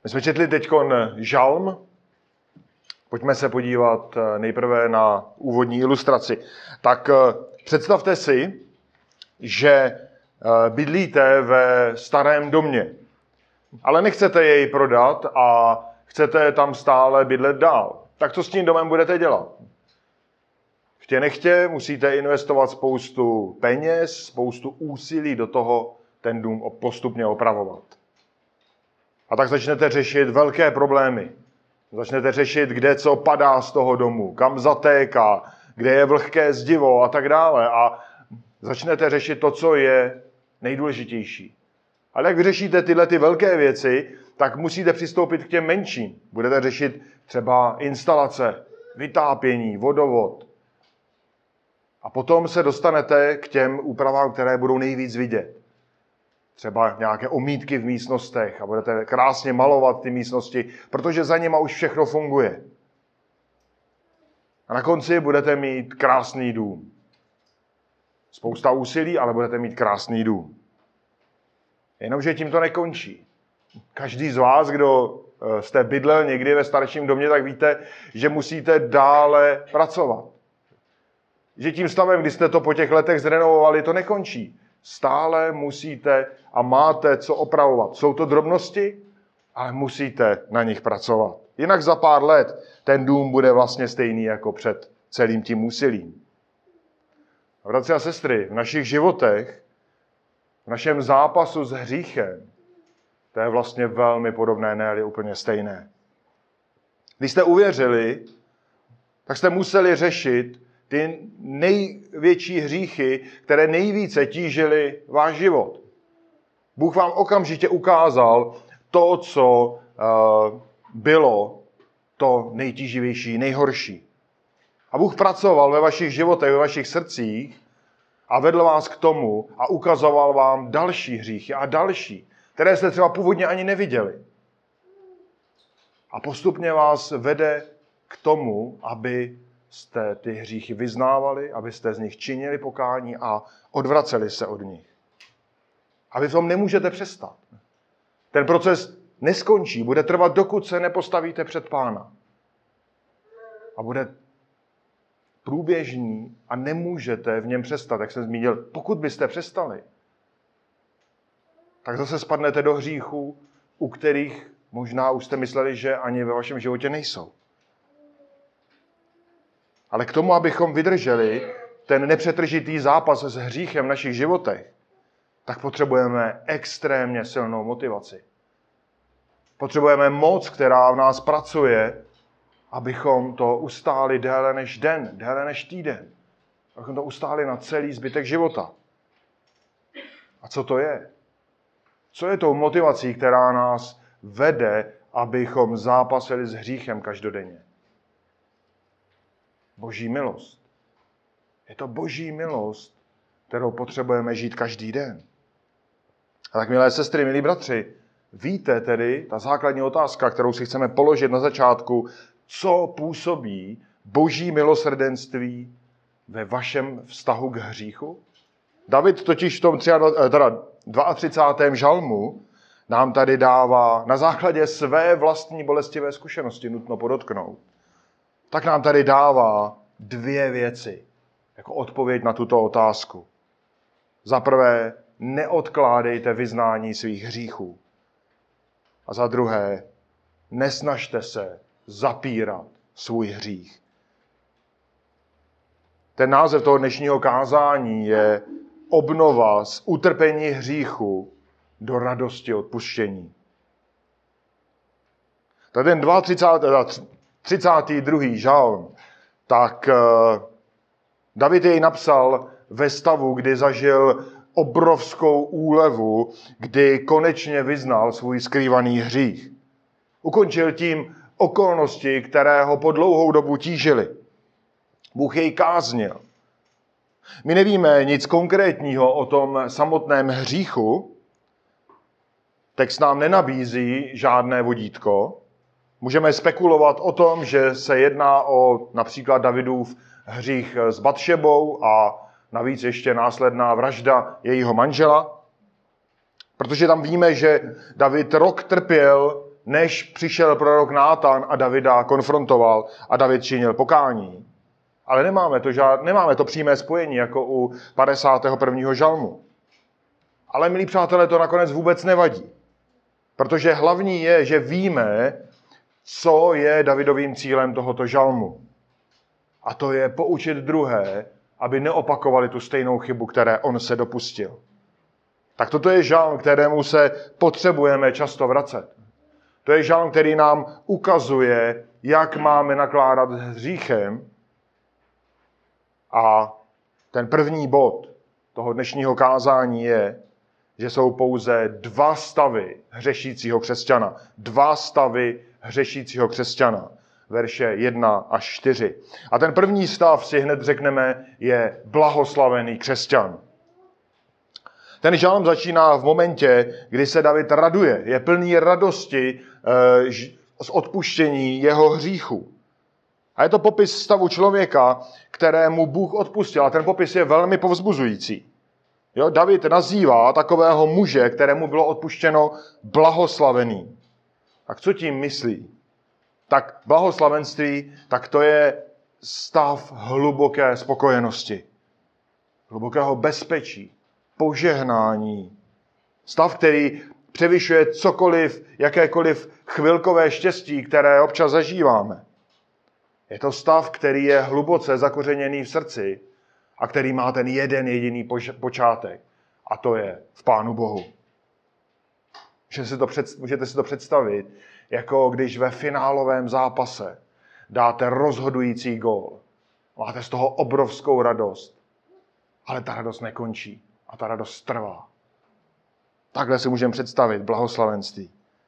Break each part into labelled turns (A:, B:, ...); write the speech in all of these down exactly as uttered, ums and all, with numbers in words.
A: My jsme četli teď žalm. Pojďme se podívat nejprve na úvodní ilustraci. Tak představte si, že bydlíte ve starém domě, ale nechcete jej prodat a chcete tam stále bydlet dál. Tak co s tím domem budete dělat? Chtě nechtě musíte investovat spoustu peněz, spoustu úsilí do toho ten dům postupně opravovat. A tak začnete řešit velké problémy. Začnete řešit, kde co padá z toho domu, kam zatéká, kde je vlhké zdivo a tak dále. A začnete řešit to, co je nejdůležitější. Ale jak vyřešíte tyhle ty velké věci, tak musíte přistoupit k těm menším. Budete řešit třeba instalace, vytápění, vodovod. A potom se dostanete k těm úpravám, které budou nejvíc vidět. Třeba nějaké omítky v místnostech a budete krásně malovat ty místnosti, protože za nima už všechno funguje. A na konci budete mít krásný dům. Spousta úsilí, ale budete mít krásný dům. Jenomže tím to nekončí. Každý z vás, kdo jste bydlel někdy ve starším domě, tak víte, že musíte dále pracovat. Že tím stavem, kdy jste to po těch letech zrenovovali, to nekončí. Stále musíte a máte co opravovat. Jsou to drobnosti, ale musíte na nich pracovat. Jinak za pár let ten dům bude vlastně stejný jako před celým tím úsilím. Bratři a sestry, v našich životech, v našem zápasu s hříchem, to je vlastně velmi podobné, ne-li úplně stejné. Když jste uvěřili, tak jste museli řešit ty největší hříchy, které nejvíce tížily váš život. Bůh vám okamžitě ukázal to, co uh, bylo to nejtíživější, nejhorší. A Bůh pracoval ve vašich životech, ve vašich srdcích a vedl vás k tomu a ukazoval vám další hříchy a další, které jste třeba původně ani neviděli. A postupně vás vede k tomu, aby jste ty hříchy vyznávali, abyste z nich činili pokání a odvraceli se od nich. A vy v tom nemůžete přestat. Ten proces neskončí, bude trvat, dokud se nepostavíte před Pána. A bude průběžný a nemůžete v něm přestat, jak jsem zmínil. Pokud byste přestali, tak zase spadnete do hříchů, u kterých možná už jste mysleli, že ani ve vašem životě nejsou. Ale k tomu, abychom vydrželi ten nepřetržitý zápas s hříchem v našich životech, tak potřebujeme extrémně silnou motivaci. Potřebujeme moc, která v nás pracuje, abychom to ustáli déle než den, déle než týden. Abychom to ustáli na celý zbytek života. A co to je? Co je tou motivací, která nás vede, abychom zápasili s hříchem každodenně? Boží milost. Je to Boží milost, kterou potřebujeme žít každý den. A tak, milé sestry, milí bratři, víte tedy, ta základní otázka, kterou si chceme položit na začátku, co působí Boží milosrdenství ve vašem vztahu k hříchu? David totiž v tom třicátém druhém žalmu nám tady dává na základě své vlastní bolestivé zkušenosti, nutno podotknout, tak nám tady dává dvě věci jako odpověď na tuto otázku. Za prvé, neodkládejte vyznání svých hříchů. A za druhé, nesnažte se zapírat svůj hřích. Ten název toho dnešního kázání je obnova z utrpení hříchu do radosti odpuštění. Tak ten třicátý druhý žalm, tak David jej napsal ve stavu, kdy zažil obrovskou úlevu, kdy konečně vyznal svůj skrývaný hřích. Ukončil tím okolnosti, které ho po dlouhou dobu tížily. Bůh jej káznil. My nevíme nic konkrétního o tom samotném hříchu. Text nám nenabízí žádné vodítko. Můžeme spekulovat o tom, že se jedná o například Davidův hřích s Batšebou a navíc ještě následná vražda jejího manžela. Protože tam víme, že David rok trpěl než přišel prorok Nátan a Davida konfrontoval a David činil pokání. Ale nemáme to, žád, nemáme to přímé spojení, jako u padesátého prvního žalmu. Ale, milí přátelé, to nakonec vůbec nevadí. Protože hlavní je, že víme, co je Davidovým cílem tohoto žalmu. A to je poučit druhé, aby neopakovali tu stejnou chybu, které on se dopustil. Tak toto je žalm, kterému se potřebujeme často vracet. To je žalm, který nám ukazuje, jak máme nakládat s hříchem. A ten první bod toho dnešního kázání je, že jsou pouze dva stavy hřešícího křesťana. Dva stavy hřešícího křesťana. Verše jedna až čtyři. A ten první stav, si hned řekneme, je blahoslavený křesťan. Ten žalm začíná v momentě, kdy se David raduje. Je plný radosti e, z odpuštění jeho hříchu. A je to popis stavu člověka, kterému Bůh odpustil. A ten popis je velmi povzbuzující. Jo, David nazývá takového muže, kterému bylo odpuštěno, blahoslavený. Tak co tím myslí? Tak blahoslavenství, tak to je stav hluboké spokojenosti, hlubokého bezpečí, požehnání. Stav, který převyšuje cokoliv, jakékoliv chvilkové štěstí, které občas zažíváme. Je to stav, který je hluboce zakořeněný v srdci a který má ten jeden jediný počátek. A to je v Pánu Bohu. Můžete si to, před, můžete si to představit, jako když ve finálovém zápase dáte rozhodující gól. Máte z toho obrovskou radost. Ale ta radost nekončí. A ta radost trvá. Takhle si můžeme představit blahoslavenství.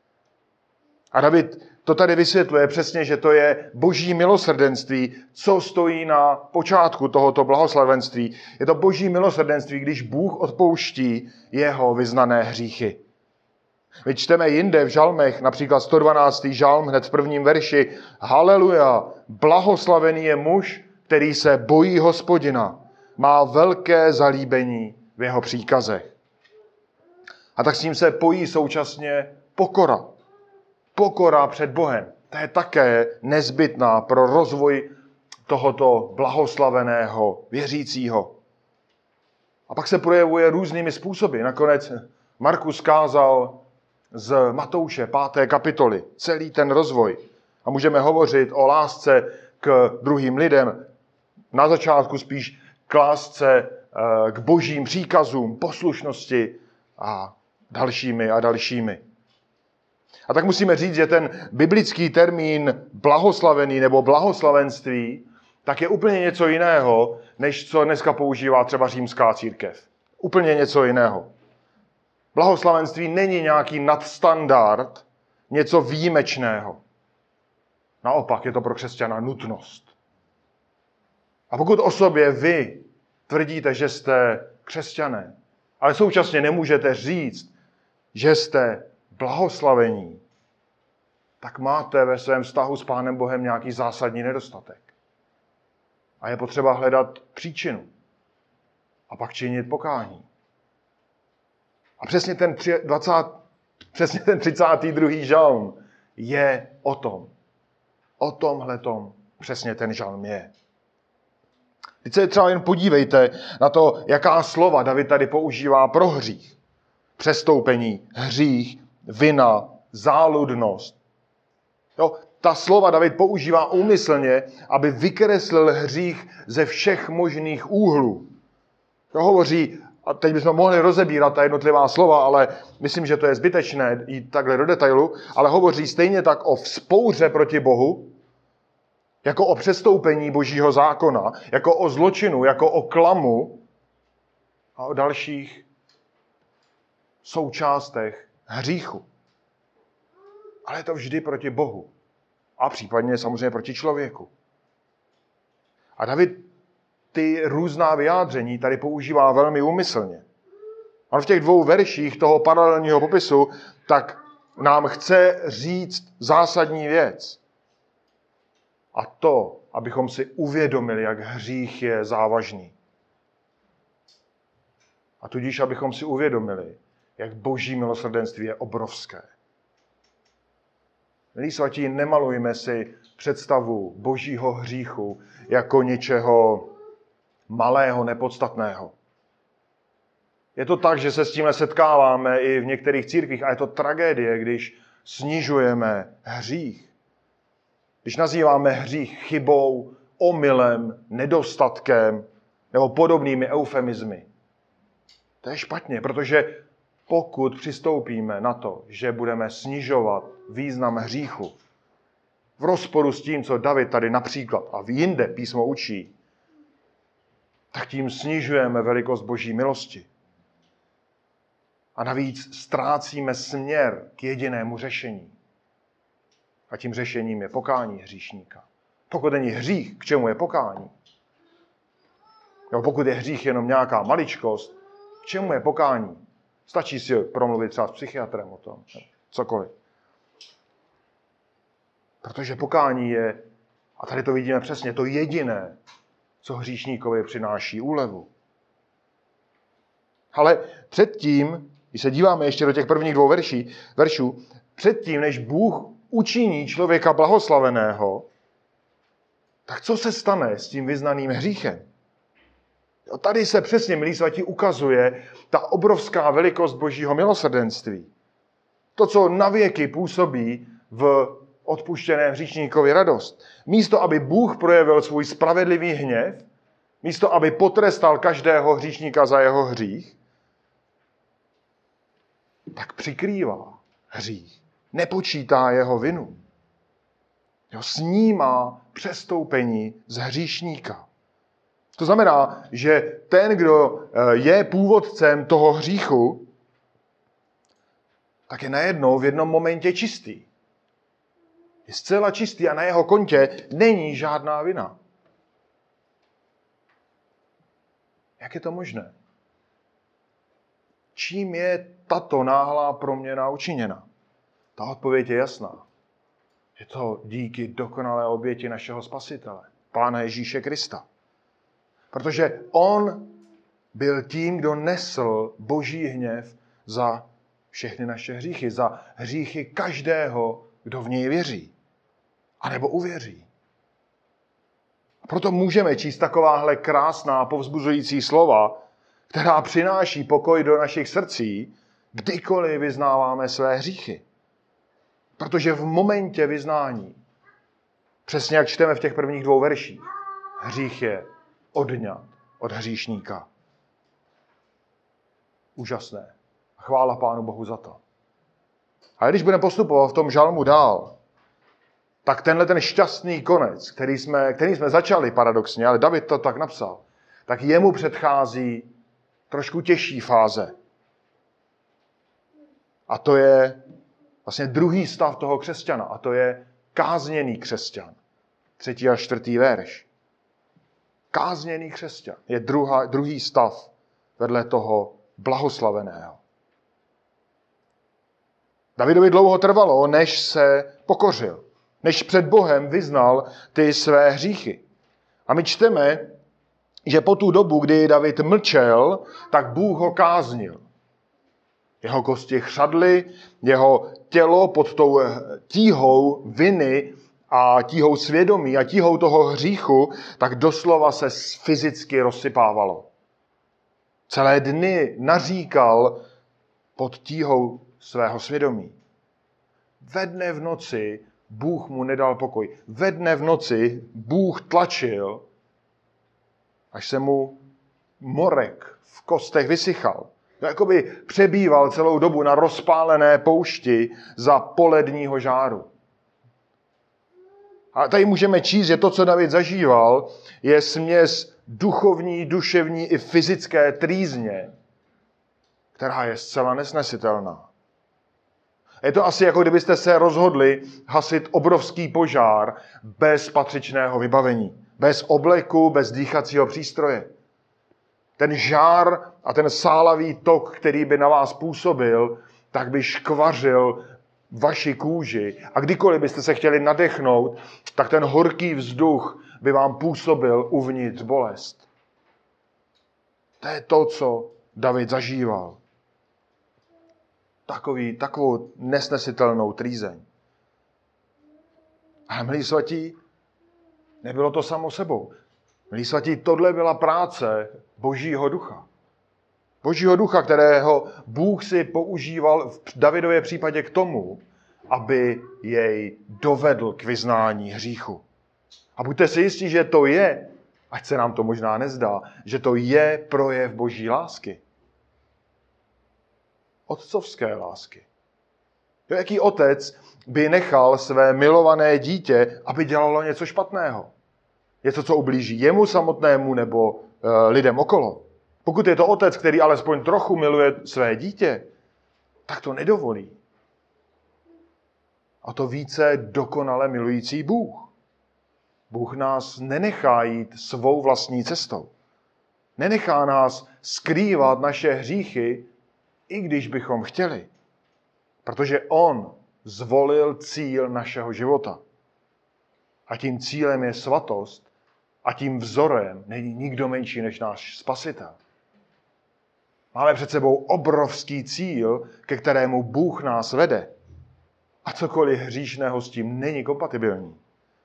A: A David to tady vysvětluje přesně, že to je boží milosrdenství, co stojí na počátku tohoto blahoslavenství. Je to boží milosrdenství, když Bůh odpouští jeho vyznané hříchy. My čteme jinde v žalmech, například sto dvanáctý žalm hned v prvním verši. Haleluja, blahoslavený je muž, který se bojí Hospodina. Má velké zalíbení v jeho příkazech. A tak s ním se pojí současně pokora. Pokora před Bohem. To je také nezbytná pro rozvoj tohoto blahoslaveného věřícího. A pak se projevuje různými způsoby. Nakonec Markus kázal z Matouše páté kapitoly celý ten rozvoj. A můžeme hovořit o lásce k druhým lidem. Na začátku spíš k lásce k božím příkazům, poslušnosti a dalšími a dalšími. A tak musíme říct, že ten biblický termín blahoslavený nebo blahoslavenství tak je úplně něco jiného, než co dneska používá třeba římská církev. Úplně něco jiného. Blahoslavenství není nějaký nadstandard, něco výjimečného. Naopak je to pro křesťana nutnost. A pokud o sobě vy tvrdíte, že jste křesťané, ale současně nemůžete říct, že jste blahoslavení, tak máte ve svém vztahu s Pánem Bohem nějaký zásadní nedostatek. A je potřeba hledat příčinu a pak činit pokání. A přesně ten, dvacátý, přesně ten třicátý druhý žalm je o tom. O tomhletom přesně ten žalm je. Teď se třeba jen podívejte na to, jaká slova David tady používá pro hřích. Přestoupení, hřích, vina, záludnost. Jo, ta slova David používá úmyslně, aby vykreslil hřích ze všech možných úhlů. To hovoří, a teď bychom mohli rozebírat ta jednotlivá slova, ale myslím, že to je zbytečné jít takhle do detailu, ale hovoří stejně tak o vzpouře proti Bohu, jako o přestoupení božího zákona, jako o zločinu, jako o klamu a o dalších součástech hříchu. Ale je to vždy proti Bohu. A případně samozřejmě proti člověku. A David ty různá vyjádření tady používá velmi úmyslně. On v těch dvou verších toho paralelního popisu tak nám chce říct zásadní věc. A to, abychom si uvědomili, jak hřích je závažný. A tudíž, abychom si uvědomili, jak boží milosrdenství je obrovské. Milí svatí, nemalujme si představu božího hříchu jako něčeho malého, nepodstatného. Je to tak, že se s tímhle setkáváme i v některých církvích a je to tragédie, když snižujeme hřích. Když nazýváme hřích chybou, omylem, nedostatkem nebo podobnými eufemizmy. To je špatně, protože pokud přistoupíme na to, že budeme snižovat význam hříchu v rozporu s tím, co David tady například a v jinde písmo učí, tak tím snižujeme velikost boží milosti. A navíc ztrácíme směr k jedinému řešení. A tím řešením je pokání hříšníka. Pokud není hřích, k čemu je pokání? Nebo pokud je hřích jenom nějaká maličkost, k čemu je pokání? Stačí si promluvit třeba s psychiatrem o tom. Cokoliv. Protože pokání je, a tady to vidíme přesně, to jediné, co hříšníkovi přináší úlevu. Ale předtím, když se díváme ještě do těch prvních dvou verší, veršů, předtím, než Bůh učiní člověka blahoslaveného, tak co se stane s tím vyznaným hříchem? Jo, tady se přesně, milí svatí, ukazuje ta obrovská velikost božího milosrdenství. To, co navěky působí v odpuštěném hříšníkovi radost. Místo, aby Bůh projevil svůj spravedlivý hněv, místo, aby potrestal každého hříšníka za jeho hřích, tak přikrývá hřích. Nepočítá jeho vinu. Jo, snímá přestoupení z hříšníka. To znamená, že ten, kdo je původcem toho hříchu, tak je najednou v jednom momentě čistý. Je zcela čistý a na jeho kontě není žádná vina. Jak je to možné? Čím je tato náhlá proměna učiněna? Ta odpověď je jasná. Je to díky dokonalé oběti našeho Spasitele, Pána Ježíše Krista. Protože on byl tím, kdo nesl boží hněv za všechny naše hříchy, za hříchy každého, kdo v něj věří, anebo uvěří. A proto můžeme číst takováhle krásná, povzbuzující slova, která přináší pokoj do našich srdcí, kdykoliv vyznáváme své hříchy. Protože v momentě vyznání, přesně jak čteme v těch prvních dvou verších, hřích je odňat od hříšníka. Úžasné. Chvála Pánu Bohu za to. Ale když budeme postupovat v tom žalmu dál, tak tenhle ten šťastný konec, který jsme, který jsme začali paradoxně, ale David to tak napsal, tak jemu předchází trošku těžší fáze. A to je vlastně druhý stav toho křesťana. A to je kázněný křesťan. Třetí a čtvrtý verš. Kázněný křesťan je druhá, druhý stav vedle toho blahoslaveného. Davidovi dlouho trvalo, než se pokořil. Než před Bohem vyznal ty své hříchy. A my čteme, že po tu dobu, kdy David mlčel, tak Bůh ho káznil. Jeho kosti chřadly, jeho tělo pod tou tíhou viny a tíhou svědomí a tíhou toho hříchu, tak doslova se fyzicky rozsypávalo. Celé dny naříkal pod tíhou svého svědomí. Ve dne v noci Bůh mu nedal pokoj. Ve dne v noci Bůh tlačil, až se mu morek v kostech vysychal. Jakoby přebýval celou dobu na rozpálené poušti za poledního žáru. A tady můžeme číst, že to, co David zažíval, je směs duchovní, duševní i fyzické trýzně, která je zcela nesnesitelná. Je to asi jako kdybyste se rozhodli hasit obrovský požár bez patřičného vybavení, bez obleku, bez dýchacího přístroje. Ten žár a ten sálavý tok, který by na vás působil, tak by škvařil vaši kůži. A kdykoliv byste se chtěli nadechnout, tak ten horký vzduch by vám působil uvnitř bolest. To je to, co David zažíval. Takový, takovou nesnesitelnou trýzeň. Ale milí svatí, nebylo to samo sebou. Milí svatí, tohle byla práce Božího ducha. Božího ducha, kterého Bůh si používal v Davidově případě k tomu, aby jej dovedl k vyznání hříchu. A buďte si jistí, že to je, ať se nám to možná nezdá, že to je projev Boží lásky. Otcovské lásky. To jaký otec by nechal své milované dítě, aby dělalo něco špatného? Něco, co ublíží jemu samotnému nebo uh, lidem okolo. Pokud je to otec, který alespoň trochu miluje své dítě, tak to nedovolí. A to více dokonale milující Bůh. Bůh nás nenechá jít svou vlastní cestou. Nenechá nás skrývat naše hříchy, i když bychom chtěli. Protože on zvolil cíl našeho života. A tím cílem je svatost a tím vzorem není nikdo menší než náš Spasitel. Máme před sebou obrovský cíl, ke kterému Bůh nás vede. A cokoliv hříšného s tím není kompatibilní.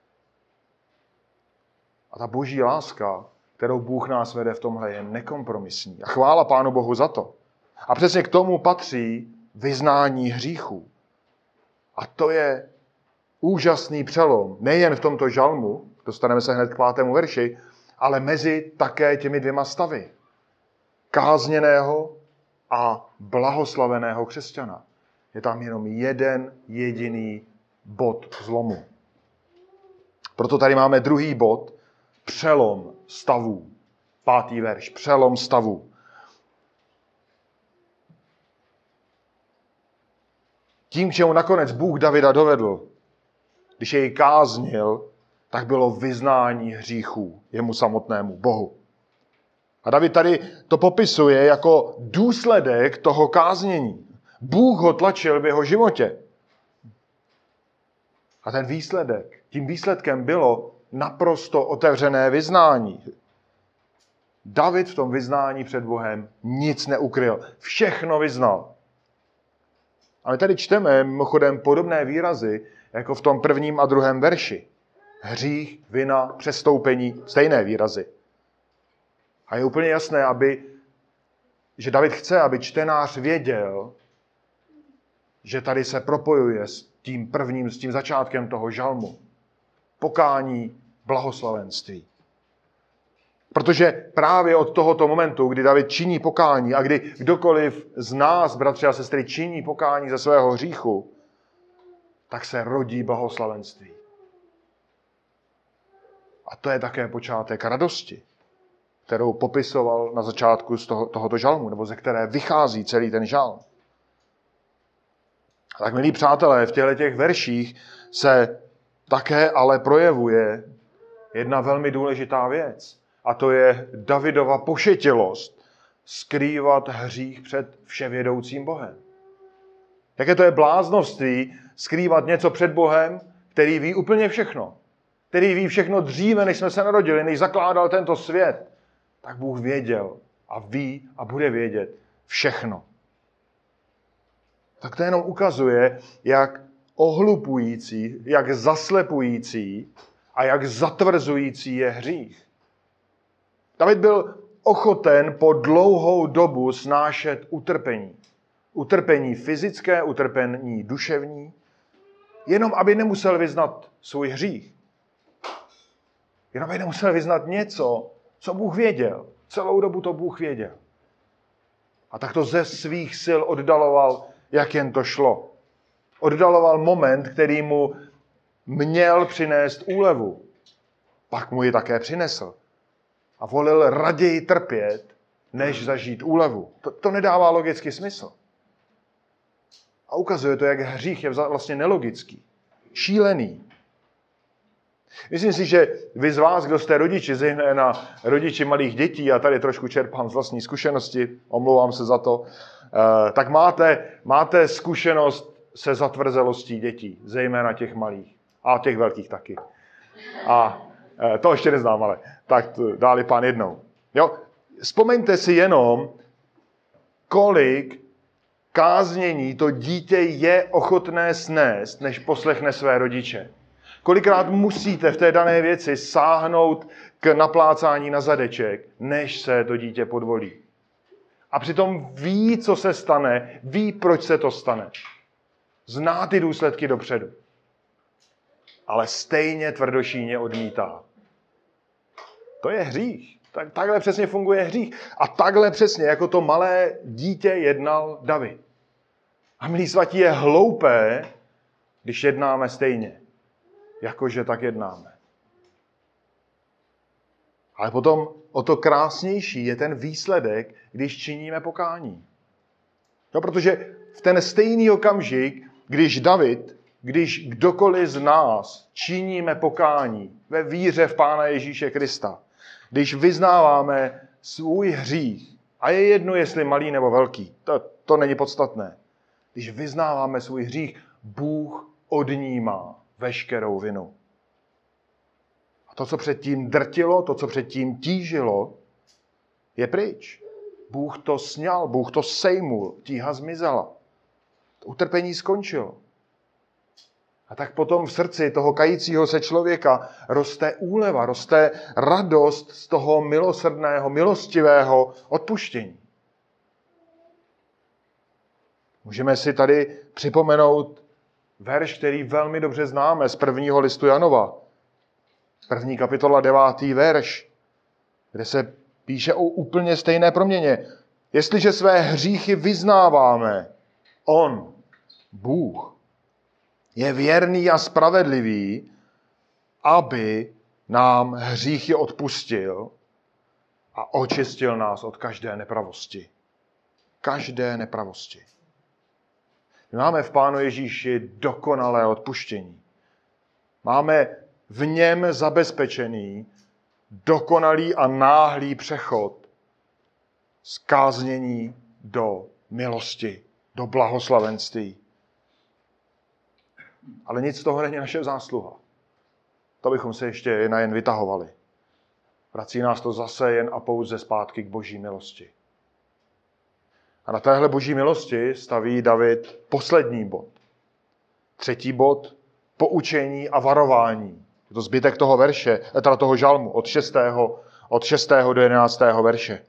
A: A ta boží láska, kterou Bůh nás vede v tomhle, je nekompromisní. A chvála Pánu Bohu za to. A přesně k tomu patří vyznání hříchů. A to je úžasný přelom. Nejen v tomto žalmu, dostaneme se hned k pátému verši, ale mezi také těmi dvěma stavy. Kázněného a blahoslaveného křesťana. Je tam jenom jeden jediný bod zlomu. Proto tady máme druhý bod, přelom stavů. Pátý verš, přelom stavů. Tím, k čemu nakonec Bůh Davida dovedl, když jej káznil, tak bylo vyznání hříchů jemu samotnému, Bohu. A David tady to popisuje jako důsledek toho káznění. Bůh ho tlačil v jeho životě. A ten výsledek, tím výsledkem bylo naprosto otevřené vyznání. David v tom vyznání před Bohem nic neukryl. Všechno vyznal. A my tady čteme mimochodem podobné výrazy, jako v tom prvním a druhém verši. Hřích, vina, přestoupení, stejné výrazy. A je úplně jasné, aby, že David chce, aby čtenář věděl, že tady se propojuje s tím prvním, s tím začátkem toho žalmu. Pokání, blahoslavenství. Protože právě od tohoto momentu, kdy David činí pokání a kdy kdokoliv z nás, bratři a sestry, činí pokání ze svého hříchu, tak se rodí blahoslavenství. A to je také počátek radosti, kterou popisoval na začátku z toho, tohoto žalmu, nebo ze které vychází celý ten žalm. A tak, milí přátelé, v těchto těch verších se také ale projevuje jedna velmi důležitá věc. A to je Davidova pošetilost skrývat hřích před vševědoucím Bohem. Jaké to je bláznovství skrývat něco před Bohem, který ví úplně všechno. Který ví všechno dříve, než jsme se narodili, než zakládal tento svět. Tak Bůh věděl a ví a bude vědět všechno. Tak to jenom ukazuje, jak ohlupující, jak zaslepující a jak zatvrzující je hřích. David byl ochoten po dlouhou dobu snášet utrpení. Utrpení fyzické, utrpení duševní, jenom aby nemusel vyznat svůj hřích. Jenom aby nemusel vyznat něco, co Bůh věděl. Celou dobu to Bůh věděl. A tak to ze svých sil oddaloval, jak jen to šlo. Oddaloval moment, který mu měl přinést úlevu. Pak mu ji také přinesl. A volil raději trpět, než zažít úlevu. To, to nedává logický smysl. A ukazuje to, jak hřích je vlastně nelogický. Šílený. Myslím si, že vy z vás, kdo jste rodiči, zejména rodiči malých dětí, a tady trošku čerpám z vlastní zkušenosti, omlouvám se za to, tak máte, máte zkušenost se zatvrzelostí dětí, zejména těch malých. A těch velkých taky. A to ještě neznám, ale tak dáli Pán jednou. Jo? Vzpomeňte si jenom, kolik káznění to dítě je ochotné snést, než poslechne své rodiče. Kolikrát musíte v té dané věci sáhnout k naplácání na zadeček, než se to dítě podvolí. A přitom ví, co se stane, ví, proč se to stane. Zná ty důsledky dopředu. Ale stejně tvrdošíjně odmítá. To je hřích. Tak, takhle přesně funguje hřích. A takhle přesně, jako to malé dítě jednal David. A milí svatí, je hloupé, když jednáme stejně, jakože tak jednáme. Ale potom o to krásnější je ten výsledek, když činíme pokání. No, protože v ten stejný okamžik, když David, když kdokoliv z nás činíme pokání ve víře v Pána Ježíše Krista, když vyznáváme svůj hřích, a je jedno, jestli malý nebo velký, to, to není podstatné. Když vyznáváme svůj hřích, Bůh odnímá veškerou vinu. A to, co předtím drtilo, to, co předtím tížilo, je pryč. Bůh to sňal, Bůh to sejmul, tíha zmizela. To utrpení skončilo. A tak potom v srdci toho kajícího se člověka roste úleva, roste radost z toho milosrdného, milostivého odpuštění. Můžeme si tady připomenout verš, který velmi dobře známe z prvního listu Janova. První kapitola, devátý verš, kde se píše o úplně stejné proměně. Jestliže své hříchy vyznáváme, on, Bůh, je věrný a spravedlivý, aby nám hříchy odpustil a očistil nás od každé nepravosti. Každé nepravosti. My máme v Pánu Ježíši dokonalé odpuštění. Máme v něm zabezpečený dokonalý a náhlý přechod z káznění do milosti, do blahoslavenství. Ale nic z toho není naše zásluha. To bychom se ještě jen a jen vytahovali. Vrací nás to zase jen a pouze zpátky k boží milosti. A na téhle boží milosti staví David poslední bod. Třetí bod, poučení a varování. Je to zbytek toho verše, teda toho žalmu, od šestého, od šestého do jedenáctého verše.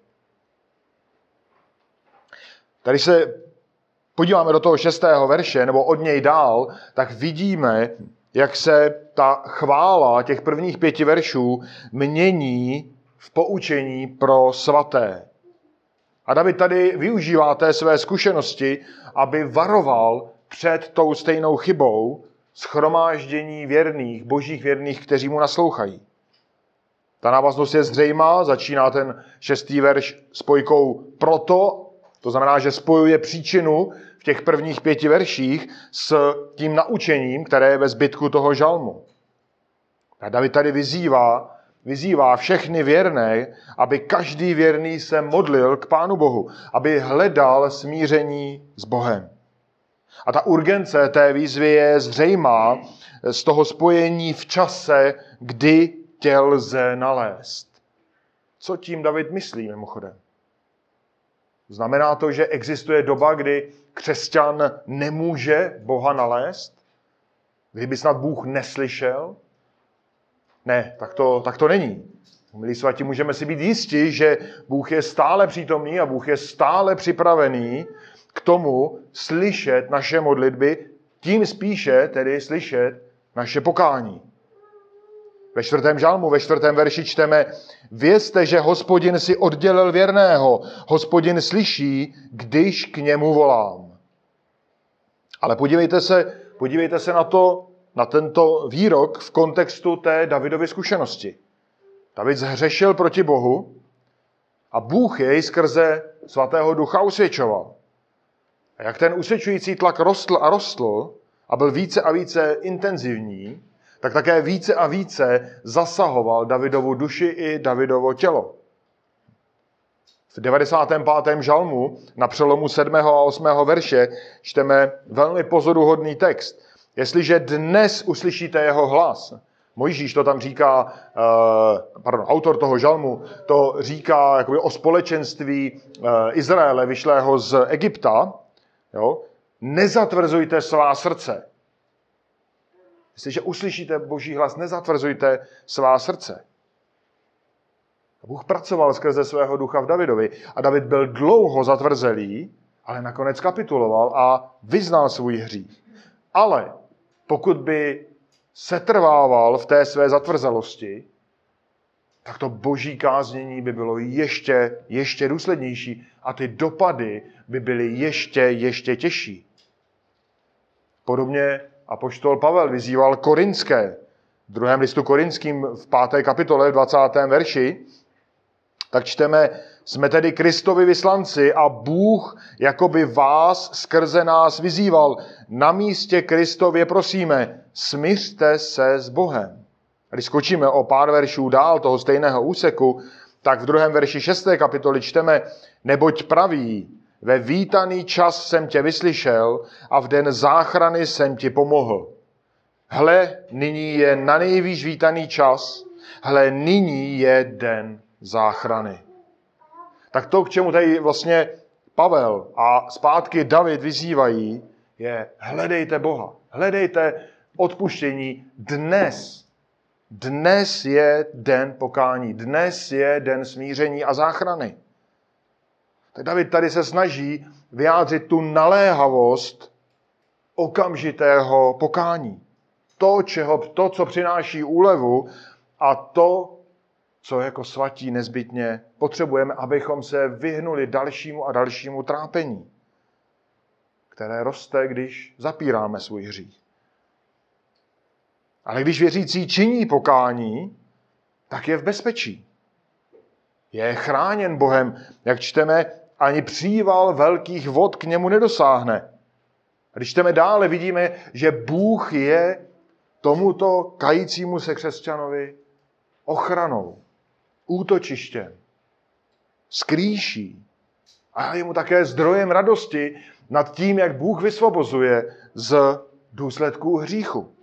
A: Tady se podíváme do toho šestého verše, nebo od něj dál, tak vidíme, jak se ta chvála těch prvních pěti veršů mění v poučení pro svaté. A David tady využívá té své zkušenosti, aby varoval před tou stejnou chybou shromáždění věrných, božích věrných, kteří mu naslouchají. Ta návaznost je zřejmá, začíná ten šestý verš spojkou proto, to znamená, že spojuje příčinu v těch prvních pěti verších s tím naučením, které je ve zbytku toho žalmu. A David tady vyzývá, vyzývá všechny věrné, aby každý věrný se modlil k Pánu Bohu, aby hledal smíření s Bohem. A ta urgence té výzvy je zřejmá z toho spojení v čase, kdy tě lze nalézt. Co tím David myslí mimochodem? Znamená to, že existuje doba, kdy křesťan nemůže Boha nalézt? Kdyby snad Bůh neslyšel? Ne, tak to, tak to není. Milí svatí, můžeme si být jisti, že Bůh je stále přítomný a Bůh je stále připravený k tomu slyšet naše modlitby, tím spíše tedy slyšet naše pokání. Ve čtvrtém žalmu, ve čtvrtém verši čteme: Vězte, že Hospodin si oddělil věrného, Hospodin slyší, když k němu volám. Ale podívejte se, podívejte se na to, na tento výrok v kontextu té Davidovy zkušenosti. David zhřešil proti Bohu a Bůh jej skrze svatého ducha usvědčoval. A jak ten usvědčující tlak rostl a rostl a byl více a více intenzivní, tak také více a více zasahoval Davidovu duši i Davidovo tělo. V devadesátém pátém žalmu na přelomu sedmého a osmého verše čteme velmi pozoruhodný text. Jestliže dnes uslyšíte jeho hlas, Mojžíš to tam říká, pardon, autor toho žalmu, to říká jakoby o společenství Izraele vyšlého z Egypta, jo? Nezatvrzujte svá srdce. Jestliže uslyšíte Boží hlas, nezatvrzujte svá srdce. Bůh pracoval skrze svého ducha v Davidovi a David byl dlouho zatvrzelý, ale nakonec kapituloval a vyznal svůj hřích. Ale pokud by setrvával v té své zatvrzelosti, tak to Boží káznění by bylo ještě, ještě důslednější a ty dopady by byly ještě, ještě těžší. Podobně apoštol Pavel vyzýval Korinské. V druhém listu Korinským v páté kapitole, v dvacátém verši, tak čteme, jsme tedy Kristovi vyslanci a Bůh jakoby vás skrze nás vyzýval. Na místě Kristově prosíme, smiřte se s Bohem. A když skočíme o pár veršů dál toho stejného úseku, tak v druhém verši šesté kapitoly čteme, neboť praví, ve vítaný čas jsem tě vyslyšel a v den záchrany jsem ti pomohl. Hle, nyní je na nejvýš vítaný čas, hle, nyní je den záchrany. Tak to, k čemu tady vlastně Pavel a zpátky David vyzývají, je hledejte Boha. Hledejte odpuštění dnes. Dnes je den pokání. Dnes je den smíření a záchrany. Tak David tady se snaží vyjádřit tu naléhavost okamžitého pokání. To, čeho, to, co přináší úlevu a to, co jako svatí nezbytně potřebujeme, abychom se vyhnuli dalšímu a dalšímu trápení, které roste, když zapíráme svůj hřích. Ale když věřící činí pokání, tak je v bezpečí. Je chráněn Bohem, jak čteme, ani příval velkých vod k němu nedosáhne. A když čteme dále, vidíme, že Bůh je tomuto kajícímu se křesťanovi ochranou, útočištěm, skrýší a je mu také zdrojem radosti nad tím, jak Bůh vysvobozuje z důsledků hříchu.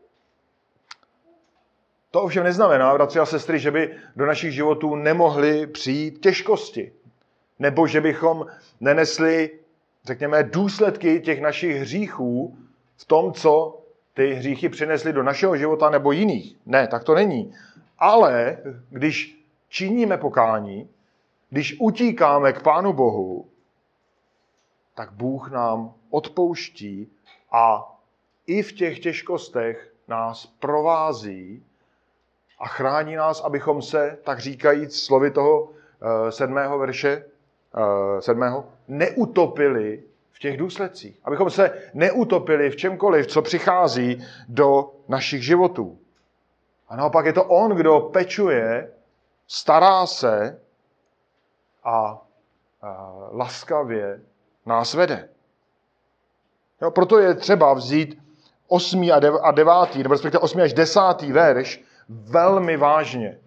A: To ovšem neznamená, bratři a sestry, že by do našich životů nemohly přijít těžkosti, nebo že bychom nenesli, řekněme, důsledky těch našich hříchů v tom, co ty hříchy přinesly do našeho života nebo jiných. Ne, tak to není. Ale když činíme pokání, když utíkáme k Pánu Bohu, tak Bůh nám odpouští a i v těch těžkostech nás provází a chrání nás, abychom se, tak říkajíc slovy toho uh, sedmého verše, uh, sedmého, neutopili v těch důsledcích. Abychom se neutopili v čemkoliv, co přichází do našich životů. A naopak je to on, kdo pečuje, stará se a, a laskavě nás vede. Jo, proto je třeba vzít osmý a devátý, nebo respektive osmý až desátý verš velmi vážně.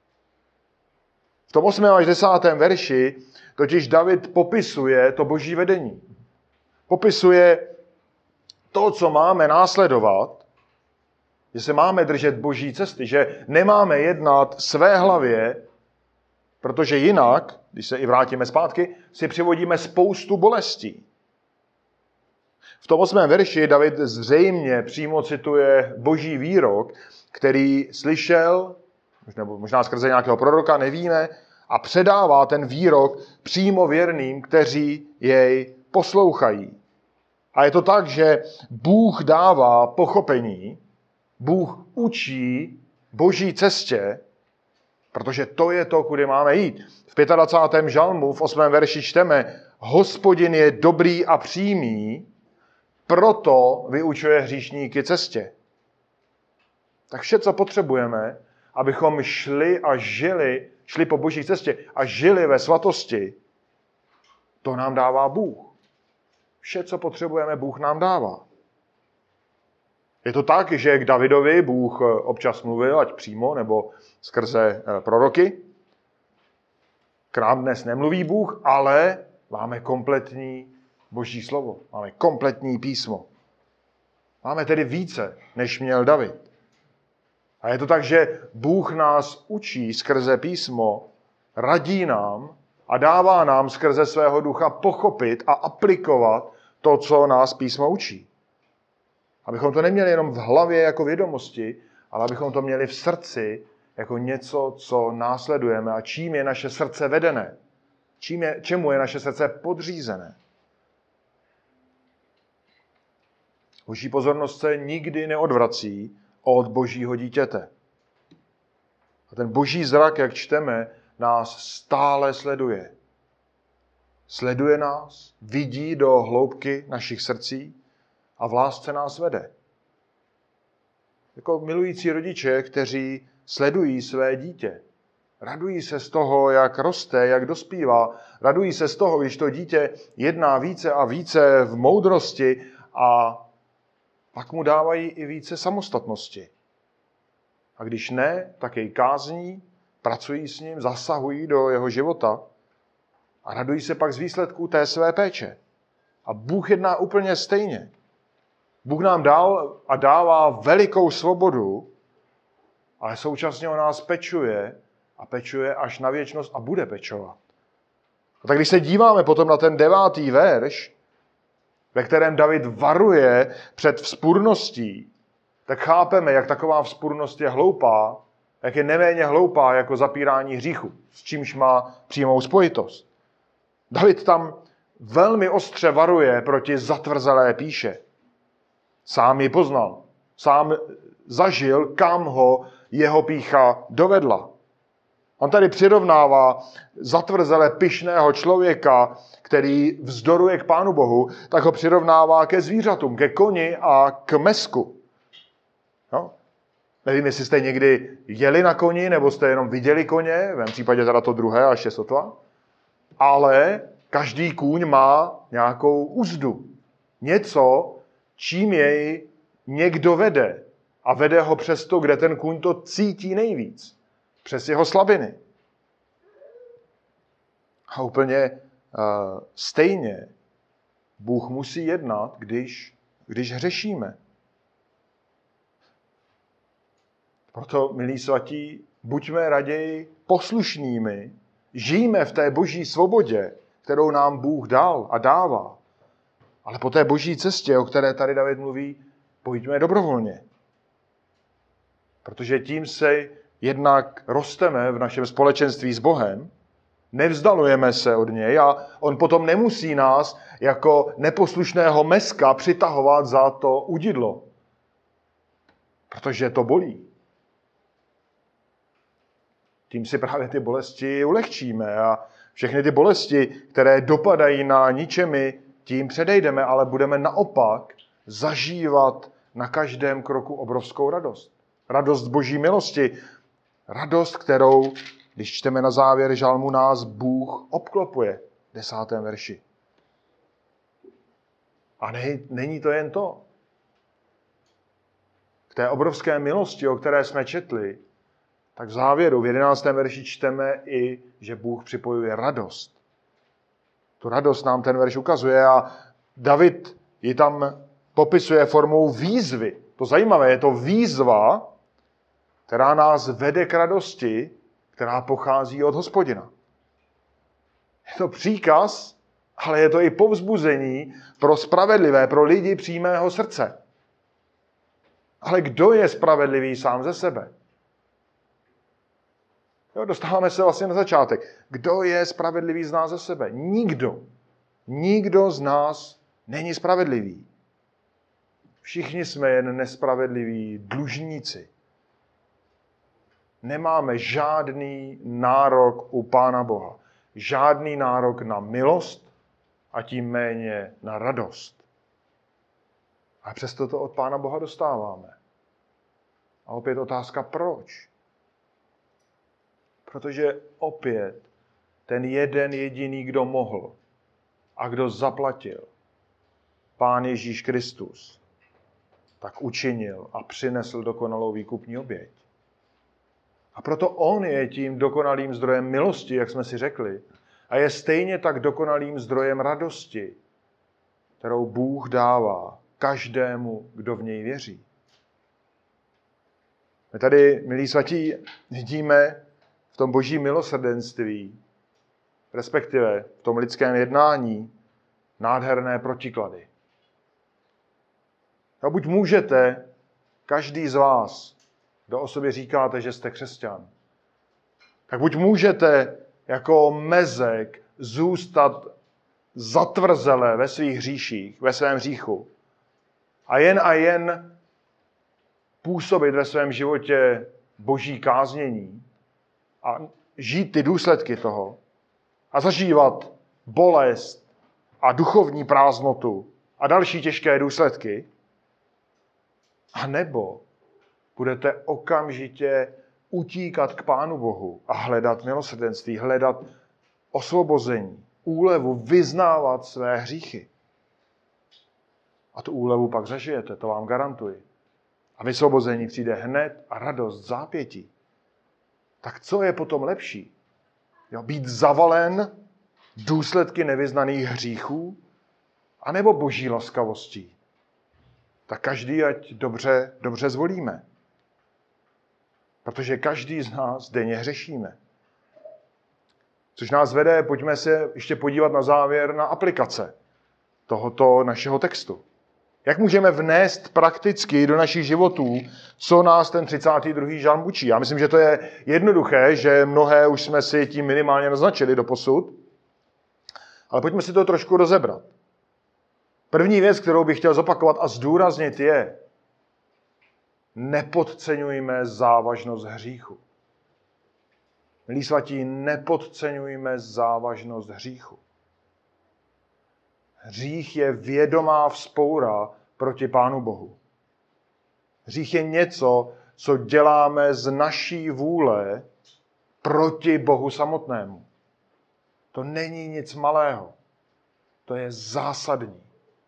A: V tom osmém až desátém verši totiž David popisuje to boží vedení. Popisuje to, co máme následovat, že se máme držet boží cesty, že nemáme jednat své hlavě, protože jinak, když se i vrátíme zpátky, si přivodíme spoustu bolestí. V tom osmém verši David zřejmě přímo cituje boží výrok, který slyšel, nebo možná skrze nějakého proroka, nevíme, a předává ten výrok přímo věrným, kteří jej poslouchají. A je to tak, že Bůh dává pochopení, Bůh učí boží cestě, protože to je to, kudy máme jít. V dvacátém pátém žalmu v osmém verši čteme, Hospodin je dobrý a přímý, proto vyučuje hříšníky cestě. Tak vše, co potřebujeme, abychom šli a žili, šli po boží cestě a žili ve svatosti, to nám dává Bůh. Vše, co potřebujeme, Bůh nám dává. Je to tak, že k Davidovi Bůh občas mluvil, ať přímo, nebo skrze proroky. K nám dnes nemluví Bůh, ale máme kompletní boží slovo. Máme kompletní písmo. Máme tedy více, než měl David. A je to tak, že Bůh nás učí skrze písmo, radí nám a dává nám skrze svého ducha pochopit a aplikovat to, co nás písmo učí. Abychom to neměli jenom v hlavě jako vědomosti, ale abychom to měli v srdci jako něco, co následujeme a čím je naše srdce vedené. Čím je, čemu je naše srdce podřízené. Boží pozornost se nikdy neodvrací od Božího dítěte. A ten Boží zrak, jak čteme, nás stále sleduje. Sleduje nás, vidí do hloubky našich srdcí a v lásce nás vede. Jako milující rodiče, kteří sledují své dítě. Radují se z toho, jak roste, jak dospívá. Radují se z toho, když to dítě jedná více a více v moudrosti a pak mu dávají i více samostatnosti. A když ne, tak jej kázní, pracují s ním, zasahují do jeho života a radují se pak z výsledků té své péče. A Bůh jedná úplně stejně. Bůh nám dal a dává velikou svobodu, ale současně o nás pečuje a pečuje až na věčnost a bude pečovat. A tak když se díváme potom na ten devátý verš, ve kterém David varuje před vzpůrností, tak chápeme, jak taková vzpůrnost je hloupá, jak je neméně hloupá jako zapírání hříchu, s čímž má přímou spojitost. David tam velmi ostře varuje proti zatvrzelé pýše. Sám ji poznal, sám zažil, kam ho jeho pýcha dovedla. On tady přirovnává zatvrzele pyšného člověka, který vzdoruje k Pánu Bohu, tak ho přirovnává ke zvířatům, ke koni a k mesku. No? Nevím, jestli jste někdy jeli na koni, nebo jste jenom viděli koně, v mém případě teda to druhé, až je sotva. Ale každý kůň má nějakou uzdu. Něco, čím jej někdo vede. A vede ho přes to, kde ten kůň to cítí nejvíc. Přes jeho slabiny. A úplně uh, stejně Bůh musí jednat, když, když hřešíme. Proto, milí svatí, buďme raději poslušnými, žijme v té boží svobodě, kterou nám Bůh dal a dává. Ale po té boží cestě, o které tady David mluví, pojďme dobrovolně. Protože tím se jednak rosteme v našem společenství s Bohem, nevzdalujeme se od něj a on potom nemusí nás jako neposlušného meska přitahovat za to udidlo. Protože to bolí. Tím si právě ty bolesti ulehčíme a všechny ty bolesti, které dopadají na ničemi, tím předejdeme, ale budeme naopak zažívat na každém kroku obrovskou radost. Radost boží milosti. Radost, kterou, když čteme na závěr žalmu, nás Bůh obklopuje v desátém verši. A ne, není to jen to. K té obrovské milosti, o které jsme četli, tak v závěru v jedenáctém verši čteme i, že Bůh připojuje radost. Tu radost nám ten verš ukazuje a David ji tam popisuje formou výzvy. To zajímavé, je to výzva, která nás vede k radosti, která pochází od Hospodina. Je to příkaz, ale je to i povzbuzení pro spravedlivé, pro lidi přímého srdce. Ale kdo je spravedlivý sám ze sebe? Jo, dostáváme se vlastně na začátek. Kdo je spravedlivý z nás ze sebe? Nikdo. Nikdo z nás není spravedlivý. Všichni jsme jen nespravedliví dlužníci. Nemáme žádný nárok u Pána Boha. Žádný nárok na milost a tím méně na radost. A přesto to od Pána Boha dostáváme. A opět otázka, proč? Protože opět ten jeden jediný, kdo mohl a kdo zaplatil, Pán Ježíš Kristus, tak učinil a přinesl dokonalou výkupní oběť. A proto on je tím dokonalým zdrojem milosti, jak jsme si řekli, a je stejně tak dokonalým zdrojem radosti, kterou Bůh dává každému, kdo v něj věří. My tady, milí svatí, vidíme v tom boží milosrdenství, respektive v tom lidském jednání, nádherné protiklady. A buď můžete, každý z vás, kdo o sobě říkáte, že jste křesťan, tak buď můžete jako mezek zůstat zatvrzelé ve svých hříších, ve svém hříchu a jen a jen působit ve svém životě boží káznění a žít ty důsledky toho a zažívat bolest a duchovní prázdnotu a další těžké důsledky, a nebo budete okamžitě utíkat k Pánu Bohu a hledat milosrdenství, hledat osvobození, úlevu, vyznávat své hříchy. A tu úlevu pak zažijete, to vám garantuji. A vysvobození přijde hned a radost, zápětí. Tak co je potom lepší? Jo, být zavalen důsledky nevyznaných hříchů, anebo boží laskavostí? Tak každý ať dobře, dobře zvolíme. Protože každý z nás denně hřešíme. Což nás vede, pojďme se ještě podívat na závěr na aplikace tohoto našeho textu. Jak můžeme vnést prakticky do našich životů, co nás ten třicátý druhý žalm učí? Já myslím, že to je jednoduché, že mnohé už jsme si tím minimálně naznačili doposud. Ale pojďme si to trošku rozebrat. První věc, kterou bych chtěl zopakovat a zdůraznit, je: nepodceňujme závažnost hříchu. Milí svatí, nepodceňujme závažnost hříchu. Hřích je vědomá vzpoura proti Pánu Bohu. Hřích je něco, co děláme z naší vůle proti Bohu samotnému. To není nic malého. To je zásadní.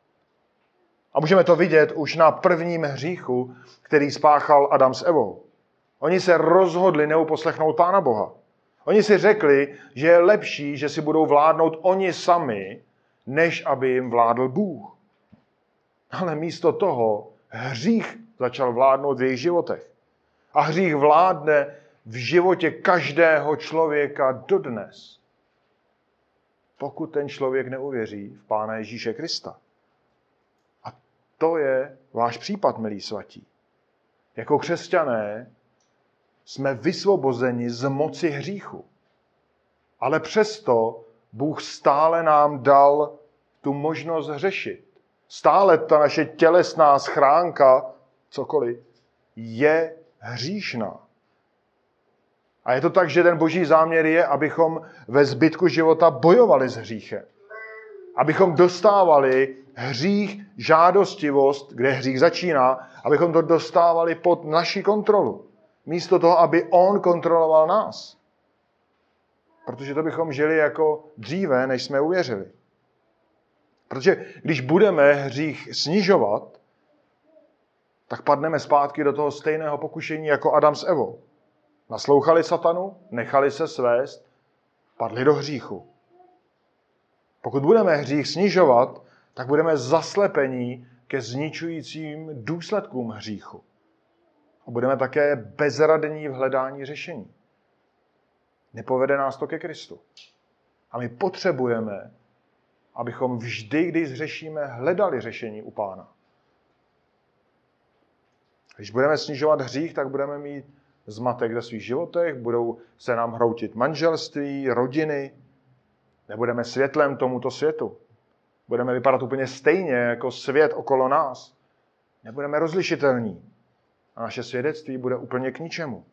A: A můžeme to vidět už na prvním hříchu, který spáchal Adam s Evou. Oni se rozhodli neuposlechnout Pána Boha. Oni si řekli, že je lepší, že si budou vládnout oni sami, než aby jim vládl Bůh. Ale místo toho hřích začal vládnout v jejich životech. A hřích vládne v životě každého člověka dodnes. Pokud ten člověk neuvěří v Pána Ježíše Krista. A to je váš případ, milí svatí. Jako křesťané jsme vysvobozeni z moci hříchu. Ale přesto Bůh stále nám dal tu možnost hřešit. Stále ta naše tělesná schránka, cokoliv, je hříšná. A je to tak, že ten boží záměr je, abychom ve zbytku života bojovali s hříchem. Abychom dostávali hřích, žádostivost, kde hřích začíná, abychom to dostávali pod naši kontrolu. Místo toho, aby on kontroloval nás. Protože to bychom žili jako dříve, než jsme uvěřili. Protože když budeme hřích snižovat, tak padneme zpátky do toho stejného pokušení jako Adam s Evou. Naslouchali satanu, nechali se svést, padli do hříchu. Pokud budeme hřích snižovat, tak budeme zaslepení ke zničujícím důsledkům hříchu. A budeme také bezradní v hledání řešení. Nepovede nás to ke Kristu. A my potřebujeme, abychom vždy, když zřešíme, hledali řešení u Pána. Když budeme snižovat hřích, tak budeme mít zmatek ve svých životech, budou se nám hroutit manželství, rodiny, nebudeme světlem tomuto světu. Budeme vypadat úplně stejně jako svět okolo nás. Nebudeme rozlišitelní. A naše svědectví bude úplně k ničemu.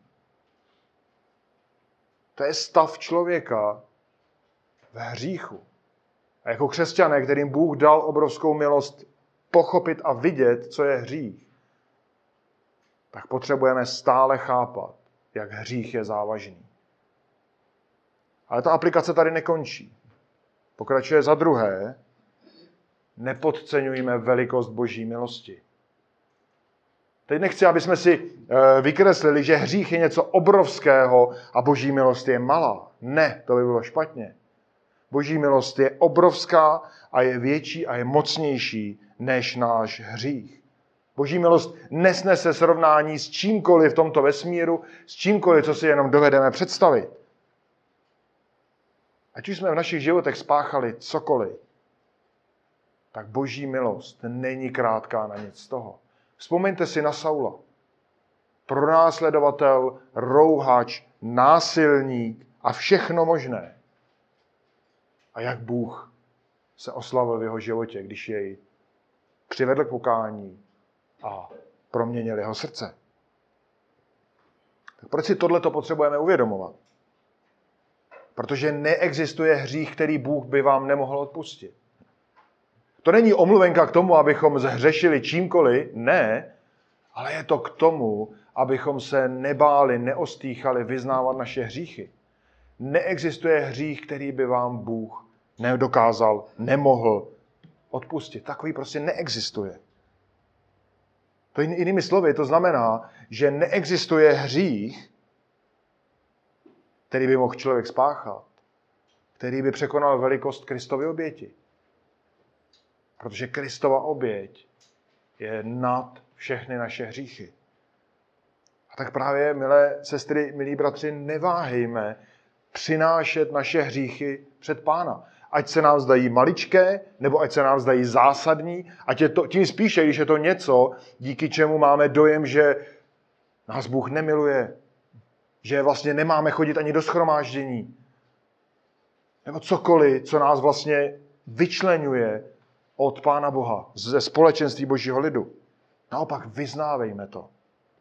A: To je stav člověka v hříchu. A jako křesťané, kterým Bůh dal obrovskou milost pochopit a vidět, co je hřích, tak potřebujeme stále chápat, jak hřích je závažný. Ale ta aplikace tady nekončí. Pokračuje za druhé, nepodceňujme velikost boží milosti. Teď nechci, aby jsme si vykreslili, že hřích je něco obrovského a boží milost je malá. Ne, to by bylo špatně. Boží milost je obrovská a je větší a je mocnější než náš hřích. Boží milost nesnese srovnání s čímkoliv v tomto vesmíru, s čímkoliv, co si jenom dovedeme představit. Ať už jsme v našich životech spáchali cokoliv, tak boží milost není krátká na nic z toho. Vzpomeňte si na Saula. Pronásledovatel, rouhač, násilník a všechno možné. A jak Bůh se oslavil v jeho životě, když jej přivedl k pokání a proměnil jeho srdce. Tak proč si tohleto potřebujeme uvědomovat? Protože neexistuje hřích, který Bůh by vám nemohl odpustit. To není omluvenka k tomu, abychom zhřešili čímkoliv, ne, ale je to k tomu, abychom se nebáli, neostýchali vyznávat naše hříchy. Neexistuje hřích, který by vám Bůh nedokázal, nemohl odpustit. Takový prostě neexistuje. To jinými slovy, to znamená, že neexistuje hřích, který by mohl člověk spáchat, který by překonal velikost Kristovy oběti. Protože Kristova oběť je nad všechny naše hříchy. A tak právě, milé sestry, milí bratři, neváhejme přinášet naše hříchy před Pána. Ať se nám zdají maličké, nebo ať se nám zdají zásadní, ať je to, tím spíše, když je to něco, díky čemu máme dojem, že nás Bůh nemiluje, že vlastně nemáme chodit ani do shromáždění, nebo cokoliv, co nás vlastně vyčleňuje od Pána Boha, ze společenství Božího lidu. Naopak vyznávejme to.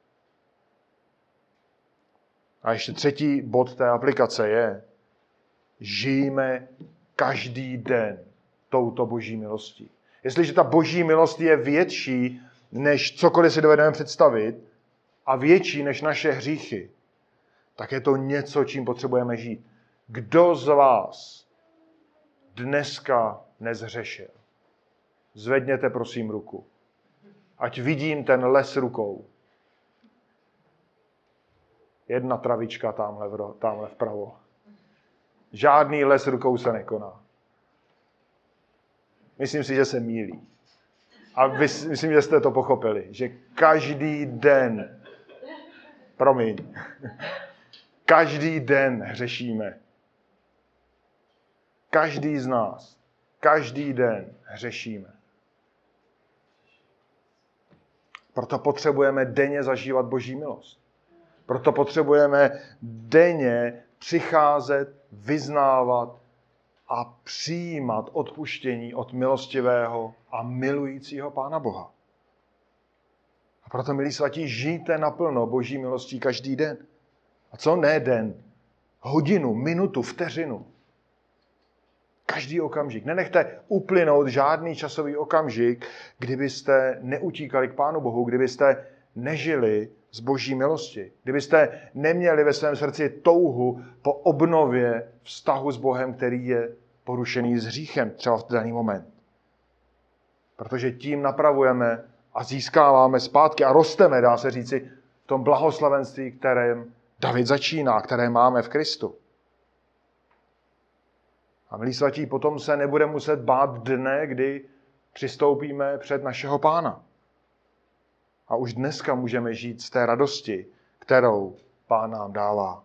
A: A ještě třetí bod té aplikace je, žijme každý den touto Boží milostí. Jestliže ta Boží milost je větší, než cokoliv si dovedeme představit, a větší než naše hříchy, tak je to něco, čím potřebujeme žít. Kdo z vás dneska nezhřešil? Zvedněte prosím ruku. Ať vidím ten les rukou. Jedna travička tamhle, v, tamhle vpravo. Žádný les rukou se nekoná. Myslím si, že se mýlí. A vy, myslím, že jste to pochopili. Že každý den, promiň, každý den hřešíme. Každý z nás, každý den hřešíme. Proto potřebujeme denně zažívat Boží milost. Proto potřebujeme denně přicházet, vyznávat a přijímat odpuštění od milostivého a milujícího Pána Boha. A proto, milí svatí, žijte naplno Boží milostí každý den. A co ne den? Hodinu, minutu, vteřinu. Každý okamžik. Nenechte uplynout žádný časový okamžik, kdybyste neutíkali k Pánu Bohu, kdybyste nežili z Boží milosti. Kdybyste neměli ve svém srdci touhu po obnově vztahu s Bohem, který je porušený s hříchem, třeba v daný moment. Protože tím napravujeme a získáváme zpátky a rosteme, dá se říci, v tom blahoslavenství, kterém David začíná, které máme v Kristu. A milí svatí, potom se nebude muset bát dne, kdy přistoupíme před našeho Pána. A už dneska můžeme žít z té radosti, kterou Pán nám dává.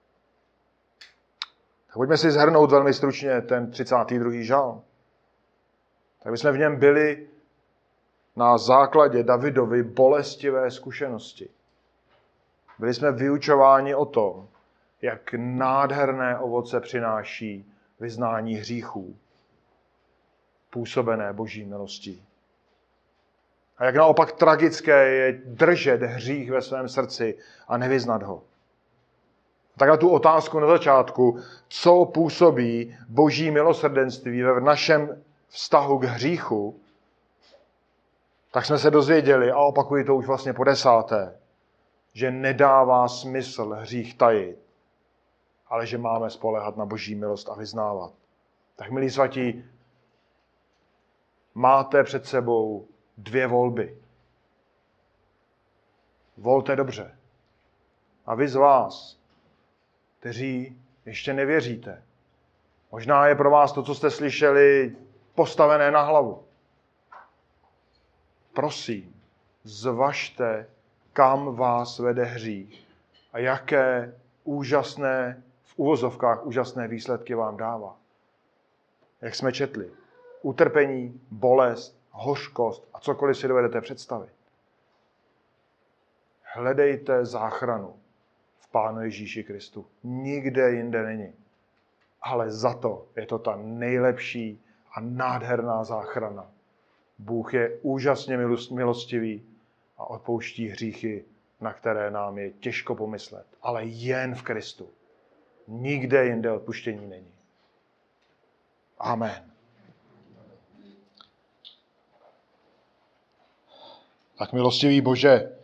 A: Tak pojďme si shrnout velmi stručně ten třicátý druhý žalm. Tak bychom v něm byli na základě Davidovy bolestivé zkušenosti. Byli jsme vyučováni o tom, jak nádherné ovoce přináší vyznání hříchů, působené Boží milostí. A jak naopak tragické je držet hřích ve svém srdci a nevyznat ho. Tak na tu otázku na začátku, co působí Boží milosrdenství v našem vztahu k hříchu, tak jsme se dozvěděli, a opakuji to už vlastně po desáté, že nedává smysl hřích tajit, ale že máme spoléhat na Boží milost a vyznávat. Tak, milí svatí, máte před sebou dvě volby. Volte dobře. A vy z vás, kteří ještě nevěříte, možná je pro vás to, co jste slyšeli, postavené na hlavu. Prosím, zvažte, kam vás vede hřích a jaké úžasné, v uvozovkách úžasné výsledky vám dává. Jak jsme četli, utrpení, bolest, hořkost a cokoliv si dovedete představit. Hledejte záchranu v Pánu Ježíši Kristu. Nikde jinde není. Ale za to je to ta nejlepší a nádherná záchrana. Bůh je úžasně milostivý a odpouští hříchy, na které nám je těžko pomyslet. Ale jen v Kristu. Nikde jinde odpuštění není. Amen. Tak milostivý Bože,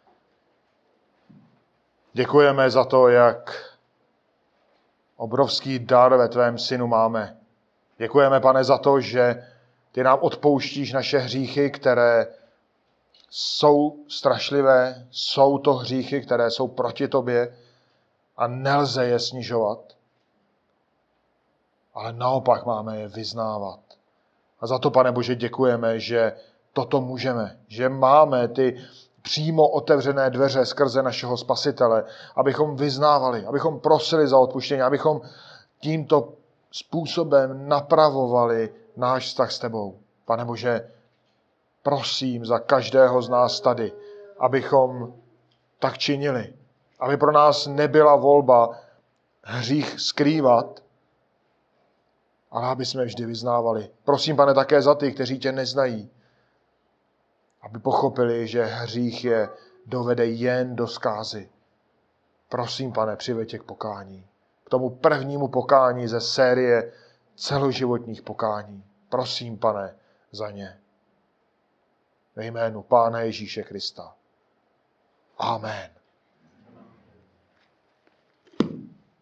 A: děkujeme za to, jak obrovský dar ve tvém synu máme. Děkujeme, Pane, za to, že ty nám odpouštíš naše hříchy, které jsou strašlivé, jsou to hříchy, které jsou proti tobě a nelze je snižovat. Ale naopak máme je vyznávat. A za to, Pane Bože, děkujeme, že toto můžeme, že máme ty přímo otevřené dveře skrze našeho Spasitele, abychom vyznávali, abychom prosili za odpuštění, abychom tímto způsobem napravovali náš vztah s tebou. Pane Bože, prosím za každého z nás tady, abychom tak činili, aby pro nás nebyla volba hřích skrývat, ale aby jsme vždy vyznávali. Prosím, Pane, také za ty, kteří tě neznají, aby pochopili, že hřích je dovede jen do zkázy. Prosím, Pane, přiveď tě k pokání. K tomu prvnímu pokání ze série celoživotních pokání. Prosím, Pane, za ně. Ve jménu Pána Ježíše Krista. Amen.